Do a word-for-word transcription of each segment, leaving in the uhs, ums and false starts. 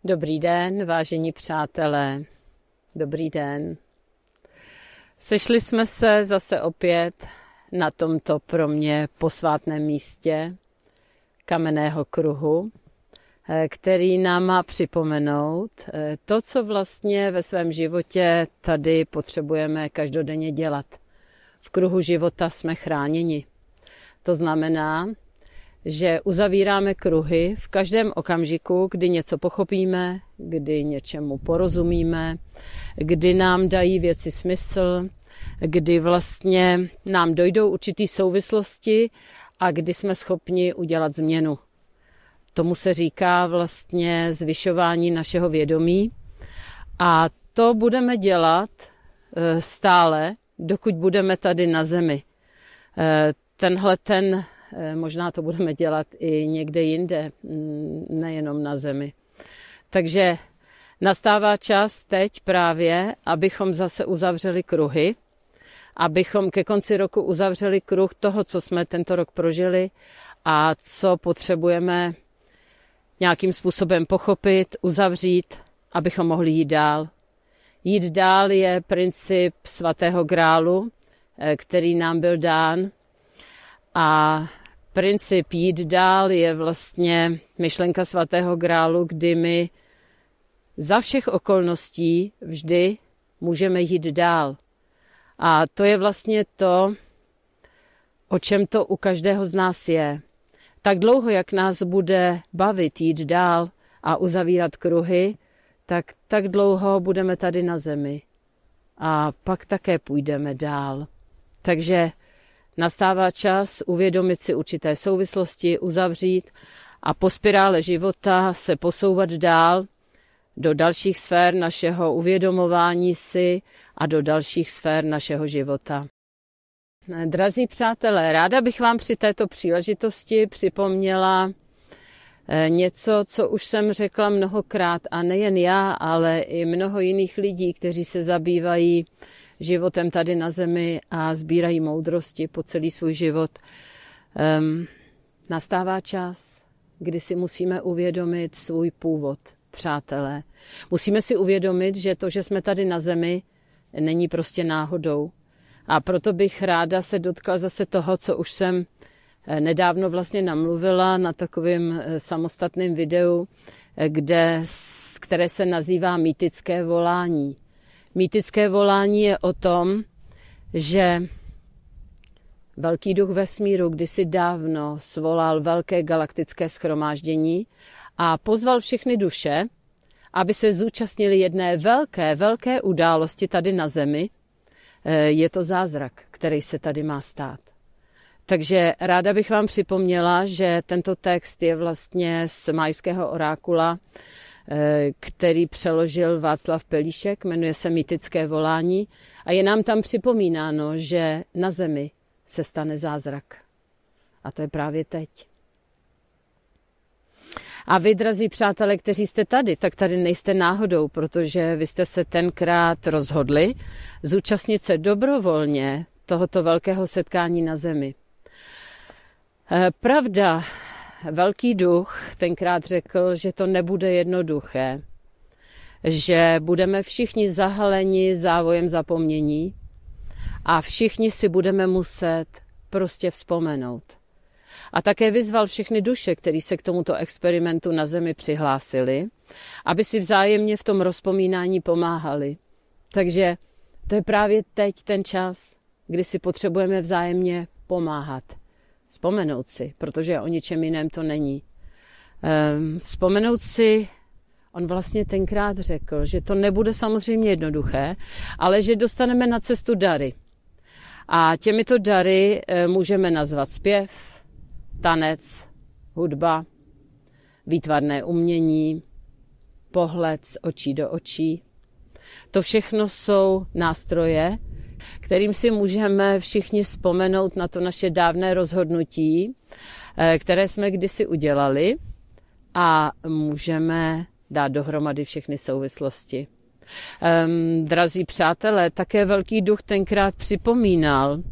Dobrý den, vážení přátelé. Dobrý den. Sešli jsme se zase opět na tomto pro mě posvátném místě Kamenného kruhu, který nám má připomenout to, co vlastně ve svém životě tady potřebujeme každodenně dělat. V kruhu života jsme chráněni. To znamená, že uzavíráme kruhy v každém okamžiku, kdy něco pochopíme, kdy něčemu porozumíme, kdy nám dají věci smysl, kdy vlastně nám dojdou určitý souvislosti a kdy jsme schopni udělat změnu. Tomu se říká vlastně zvyšování našeho vědomí a to budeme dělat stále, dokud budeme tady na zemi. Tenhle ten Možná to budeme dělat i někde jinde, nejenom na zemi. Takže nastává čas teď právě, abychom zase uzavřeli kruhy, abychom ke konci roku uzavřeli kruh toho, co jsme tento rok prožili a co potřebujeme nějakým způsobem pochopit, uzavřít, abychom mohli jít dál. Jít dál je princip svatého grálu, který nám byl dán. A princip jít dál je vlastně myšlenka svatého grálu, kdy my za všech okolností vždy můžeme jít dál. A to je vlastně to, o čem to u každého z nás je. Tak dlouho, jak nás bude bavit jít dál a uzavírat kruhy, tak, tak dlouho budeme tady na zemi. A pak také půjdeme dál. Takže nastává čas uvědomit si určité souvislosti, uzavřít a po spirále života se posouvat dál do dalších sfér našeho uvědomování si a do dalších sfér našeho života. Drazí přátelé, ráda bych vám při této příležitosti připomněla něco, co už jsem řekla mnohokrát a nejen já, ale i mnoho jiných lidí, kteří se zabývají životem tady na zemi a sbírají moudrosti po celý svůj život. Um, nastává čas, kdy si musíme uvědomit svůj původ, přátelé. Musíme si uvědomit, že to, že jsme tady na zemi, není prostě náhodou. A proto bych ráda se dotkla zase toho, co už jsem nedávno vlastně namluvila na takovém samostatném videu, kde, které se nazývá Mýtické volání. Mýtické volání je o tom, že velký duch vesmíru kdysi dávno svolal velké galaktické shromáždění a pozval všechny duše, aby se zúčastnili jedné velké, velké události tady na zemi. Je to zázrak, který se tady má stát. Takže ráda bych vám připomněla, že tento text je vlastně z majského orákula, který přeložil Václav Pelíšek, jmenuje se Mýtické volání a je nám tam připomínáno, že na zemi se stane zázrak. A to je právě teď. A vy, drazí přátelé, kteří jste tady, tak tady nejste náhodou, protože vy jste se tenkrát rozhodli zúčastnit se dobrovolně tohoto velkého setkání na zemi. Pravda, velký duch tenkrát řekl, že to nebude jednoduché, že budeme všichni zahaleni závojem zapomnění a všichni si budeme muset prostě vzpomenout. A také vyzval všechny duše, které se k tomuto experimentu na zemi přihlásili, aby si vzájemně v tom rozpomínání pomáhali. Takže to je právě teď ten čas, kdy si potřebujeme vzájemně pomáhat. Vzpomenout si, protože o ničem jiném to není. Ehm, vzpomenout si, on vlastně tenkrát řekl, že to nebude samozřejmě jednoduché, ale že dostaneme na cestu dary. A těmito dary e, můžeme nazvat zpěv, tanec, hudba, výtvarné umění, pohled z očí do očí. To všechno jsou nástroje, kterým si můžeme všichni vzpomenout na to naše dávné rozhodnutí, které jsme kdysi udělali a můžeme dát dohromady všechny souvislosti. Um, drazí přátelé, také velký duch tenkrát připomínal,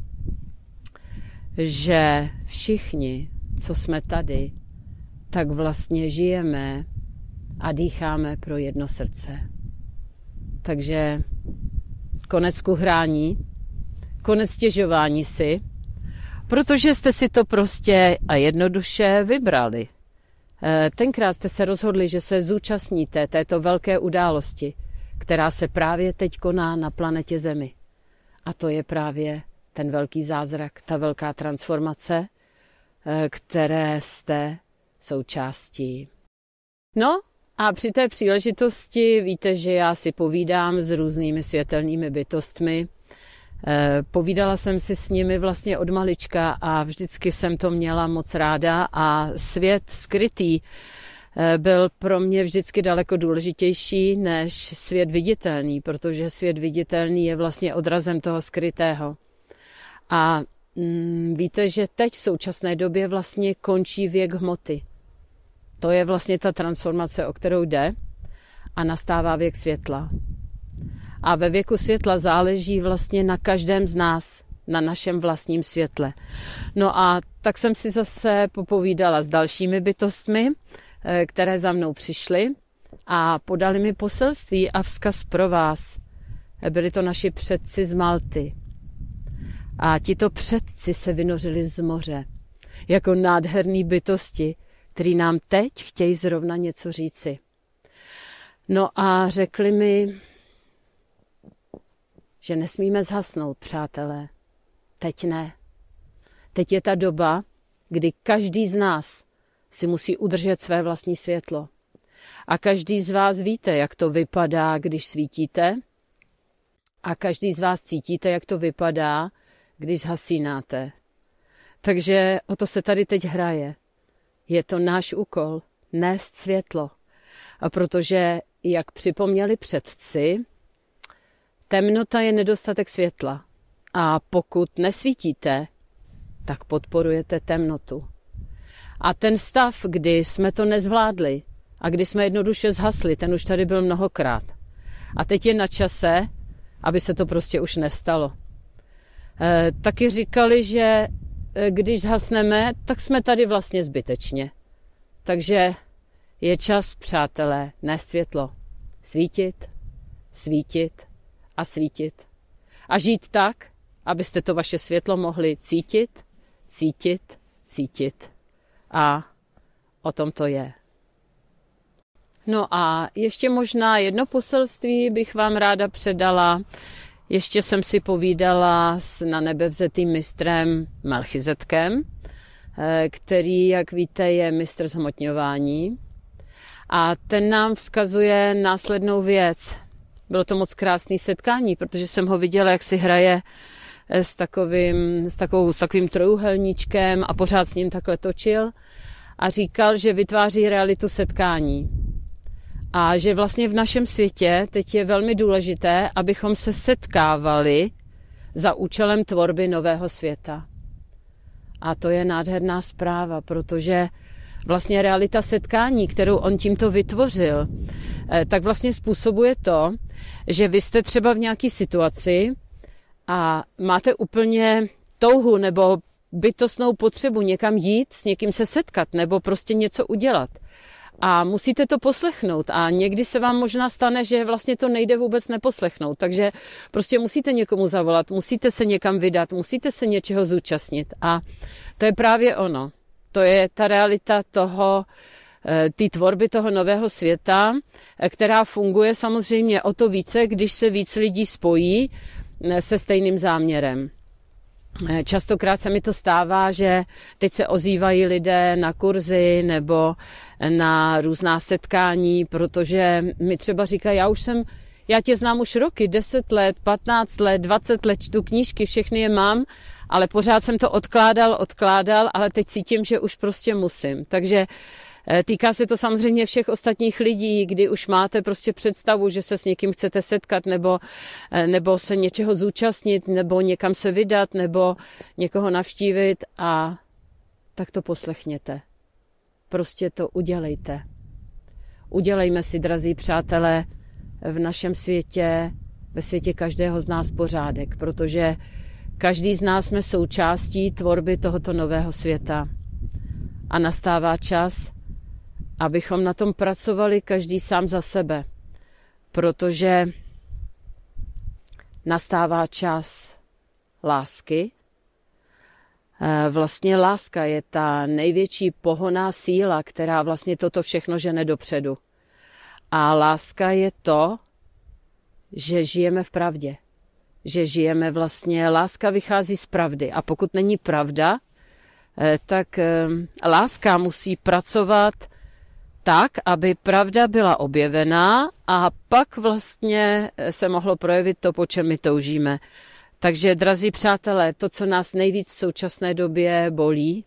že všichni, co jsme tady, tak vlastně žijeme a dýcháme pro jedno srdce. Takže konec kuhrání, konec stěžování si, protože jste si to prostě a jednoduše vybrali. Tenkrát jste se rozhodli, že se zúčastníte této velké události, která se právě teď koná na planetě Zemi. A to je právě ten velký zázrak, ta velká transformace, které jste součástí. No a při té příležitosti víte, že já si povídám s různými světelnými bytostmi. Povídala jsem si s nimi vlastně od malička a vždycky jsem to měla moc ráda a svět skrytý byl pro mě vždycky daleko důležitější než svět viditelný, protože svět viditelný je vlastně odrazem toho skrytého. A mm, víte, že teď v současné době vlastně končí věk hmoty. To je vlastně ta transformace, o kterou jde, a nastává věk světla. A ve věku světla záleží vlastně na každém z nás, na našem vlastním světle. No a tak jsem si zase popovídala s dalšími bytostmi, které za mnou přišly a podali mi poselství a vzkaz pro vás. Byli to naši předci z Malty. A tito předci se vynořili z moře jako nádherný bytosti, který nám teď chtějí zrovna něco říci. No a řekli mi, že nesmíme zhasnout, přátelé. Teď ne. Teď je ta doba, kdy každý z nás si musí udržet své vlastní světlo. A každý z vás víte, jak to vypadá, když svítíte. A každý z vás cítíte, jak to vypadá, když zhasínáte. Takže o to se tady teď hraje. Je to náš úkol, nést světlo. A protože, jak připomněli předci, temnota je nedostatek světla. A pokud nesvítíte, tak podporujete temnotu. A ten stav, kdy jsme to nezvládli a kdy jsme jednoduše zhasli, ten už tady byl mnohokrát. A teď je na čase, aby se to prostě už nestalo. E, taky říkali, že když zhasneme, tak jsme tady vlastně zbytečně. Takže je čas, přátelé, nést světlo. Svítit, svítit a svítit. A žít tak, abyste to vaše světlo mohli cítit, cítit, cítit. A o tom to je. No a ještě možná jedno poselství bych vám ráda předala. Ještě jsem si povídala s na nebe vzetým mistrem Melchizetkem, který, jak víte, je mistr zhmotňování. A ten nám vzkazuje následnou věc. Bylo to moc krásné setkání, protože jsem ho viděla, jak si hraje s takovým, s takovou, s takovým trojuhelníčkem a pořád s ním takhle točil a říkal, že vytváří realitu setkání. A že vlastně v našem světě teď je velmi důležité, abychom se setkávali za účelem tvorby nového světa. A to je nádherná zpráva, protože vlastně realita setkání, kterou on tímto vytvořil, tak vlastně způsobuje to, že vy jste třeba v nějaké situaci a máte úplně touhu nebo bytostnou potřebu někam jít, s někým se setkat nebo prostě něco udělat. A musíte to poslechnout a někdy se vám možná stane, že vlastně to nejde vůbec neposlechnout. Takže prostě musíte někomu zavolat, musíte se někam vydat, musíte se něčeho zúčastnit. A to je právě ono. To je ta realita toho, té tvorby toho nového světa, která funguje samozřejmě o to více, když se víc lidí spojí se stejným záměrem. Častokrát se mi to stává, že teď se ozývají lidé na kurzy nebo na různá setkání, protože mi třeba říkají, já už jsem, já tě znám už roky, deset let, patnáct let, dvacet let, čtu knížky, všechny je mám, ale pořád jsem to odkládal, odkládal, ale teď cítím, že už prostě musím. Takže týká se to samozřejmě všech ostatních lidí, kdy už máte prostě představu, že se s někým chcete setkat nebo, nebo se něčeho zúčastnit, nebo někam se vydat, nebo někoho navštívit a tak to poslechněte. Prostě to udělejte. Udělejme si, drazí přátelé, v našem světě, ve světě každého z nás pořádek, protože každý z nás jsme součástí tvorby tohoto nového světa. A nastává čas, abychom na tom pracovali každý sám za sebe, protože nastává čas lásky. Vlastně láska je ta největší pohonná síla, která vlastně toto všechno žene dopředu. A láska je to, že žijeme v pravdě. Že žijeme vlastně, láska vychází z pravdy. A pokud není pravda, tak láska musí pracovat tak, aby pravda byla objevená a pak vlastně se mohlo projevit to, po čem my toužíme. Takže, drazí přátelé, to, co nás nejvíc v současné době bolí,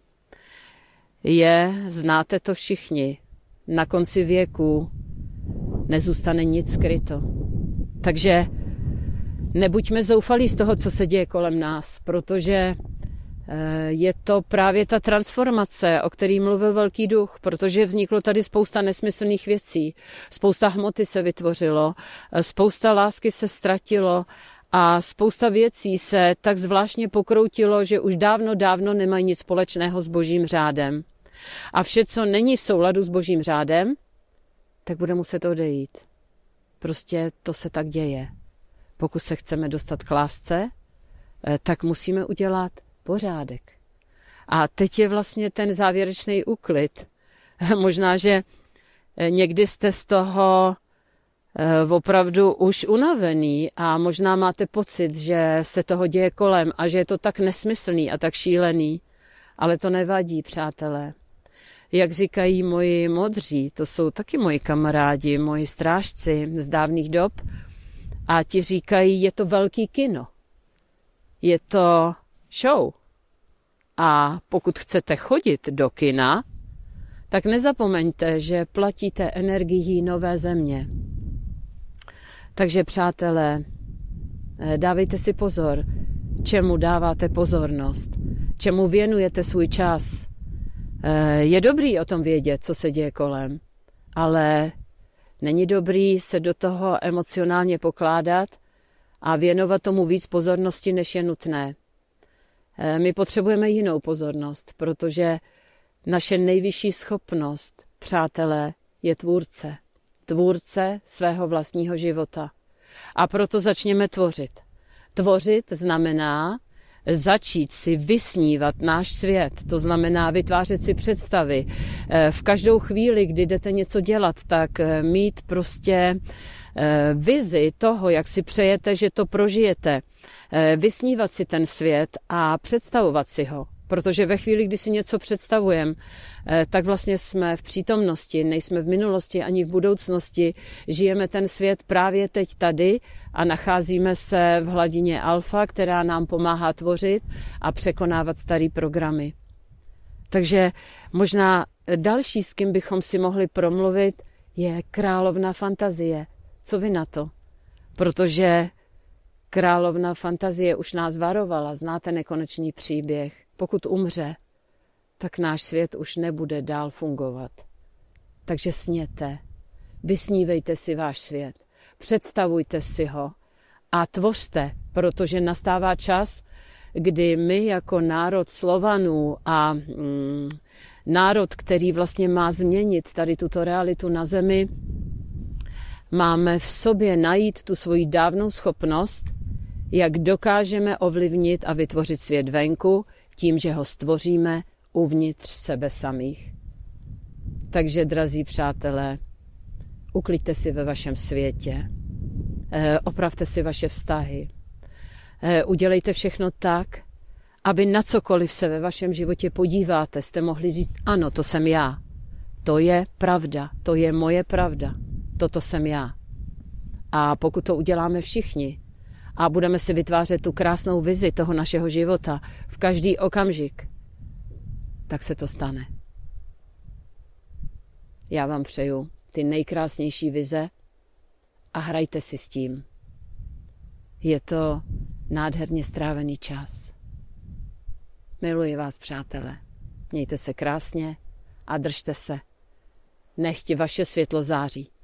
je, znáte to všichni, na konci věku nezůstane nic skryto. Takže nebuďme zoufalí z toho, co se děje kolem nás, protože je to právě ta transformace, o který mluvil Velký duch, protože vzniklo tady spousta nesmyslných věcí, spousta hmoty se vytvořilo, spousta lásky se ztratilo a spousta věcí se tak zvláštně pokroutilo, že už dávno, dávno nemají nic společného s Božím řádem. A vše, co není v souladu s Božím řádem, tak bude muset odejít. Prostě to se tak děje. Pokud se chceme dostat k lásce, tak musíme udělat pořádek. A teď je vlastně ten závěrečný úklid. Možná, že někdy jste z toho opravdu už unavený a možná máte pocit, že se toho děje kolem a že je to tak nesmyslný a tak šílený. Ale to nevadí, přátelé. Jak říkají moji modří, to jsou taky moji kamarádi, moji strážci z dávných dob, a ti říkají, je to velký kino. Je to show. A pokud chcete chodit do kina, tak nezapomeňte, že platíte energií nové země. Takže, přátelé, dávejte si pozor, čemu dáváte pozornost, čemu věnujete svůj čas. Je dobrý o tom vědět, co se děje kolem, ale není dobrý se do toho emocionálně pokládat a věnovat tomu víc pozornosti, než je nutné. My potřebujeme jinou pozornost, protože naše nejvyšší schopnost, přátelé, je tvůrce. Tvůrce svého vlastního života. A proto začněme tvořit. Tvořit znamená začít si vysnívat náš svět. To znamená vytvářet si představy. V každou chvíli, kdy jdete něco dělat, tak mít prostě vizi toho, jak si přejete, že to prožijete. Vysnívat si ten svět a představovat si ho. Protože ve chvíli, kdy si něco představujeme, tak vlastně jsme v přítomnosti, nejsme v minulosti ani v budoucnosti, žijeme ten svět právě teď tady a nacházíme se v hladině alfa, která nám pomáhá tvořit a překonávat staré programy. Takže možná další, s kým bychom si mohli promluvit, je královna fantazie. Co vy na to? Protože královna fantazie už nás varovala, znáte nekonečný příběh. Pokud umře, tak náš svět už nebude dál fungovat. Takže sněte, vysnívejte si váš svět, představujte si ho a tvořte, protože nastává čas, kdy my jako národ Slovanů a mm, národ, který vlastně má změnit tady tuto realitu na zemi, máme v sobě najít tu svoji dávnou schopnost, jak dokážeme ovlivnit a vytvořit svět venku, tím, že ho stvoříme uvnitř sebe samých. Takže, drazí přátelé, ukliďte si ve vašem světě, opravte si vaše vztahy, udělejte všechno tak, aby na cokoliv se ve vašem životě podíváte, jste mohli říct, ano, to jsem já. To je pravda, to je moje pravda, toto jsem já. A pokud to uděláme všichni, a budeme si vytvářet tu krásnou vizi toho našeho života v každý okamžik, tak se to stane. Já vám přeju ty nejkrásnější vize a hrajte si s tím. Je to nádherně strávený čas. Miluji vás, přátelé. Mějte se krásně a držte se. Nechť vaše světlo září.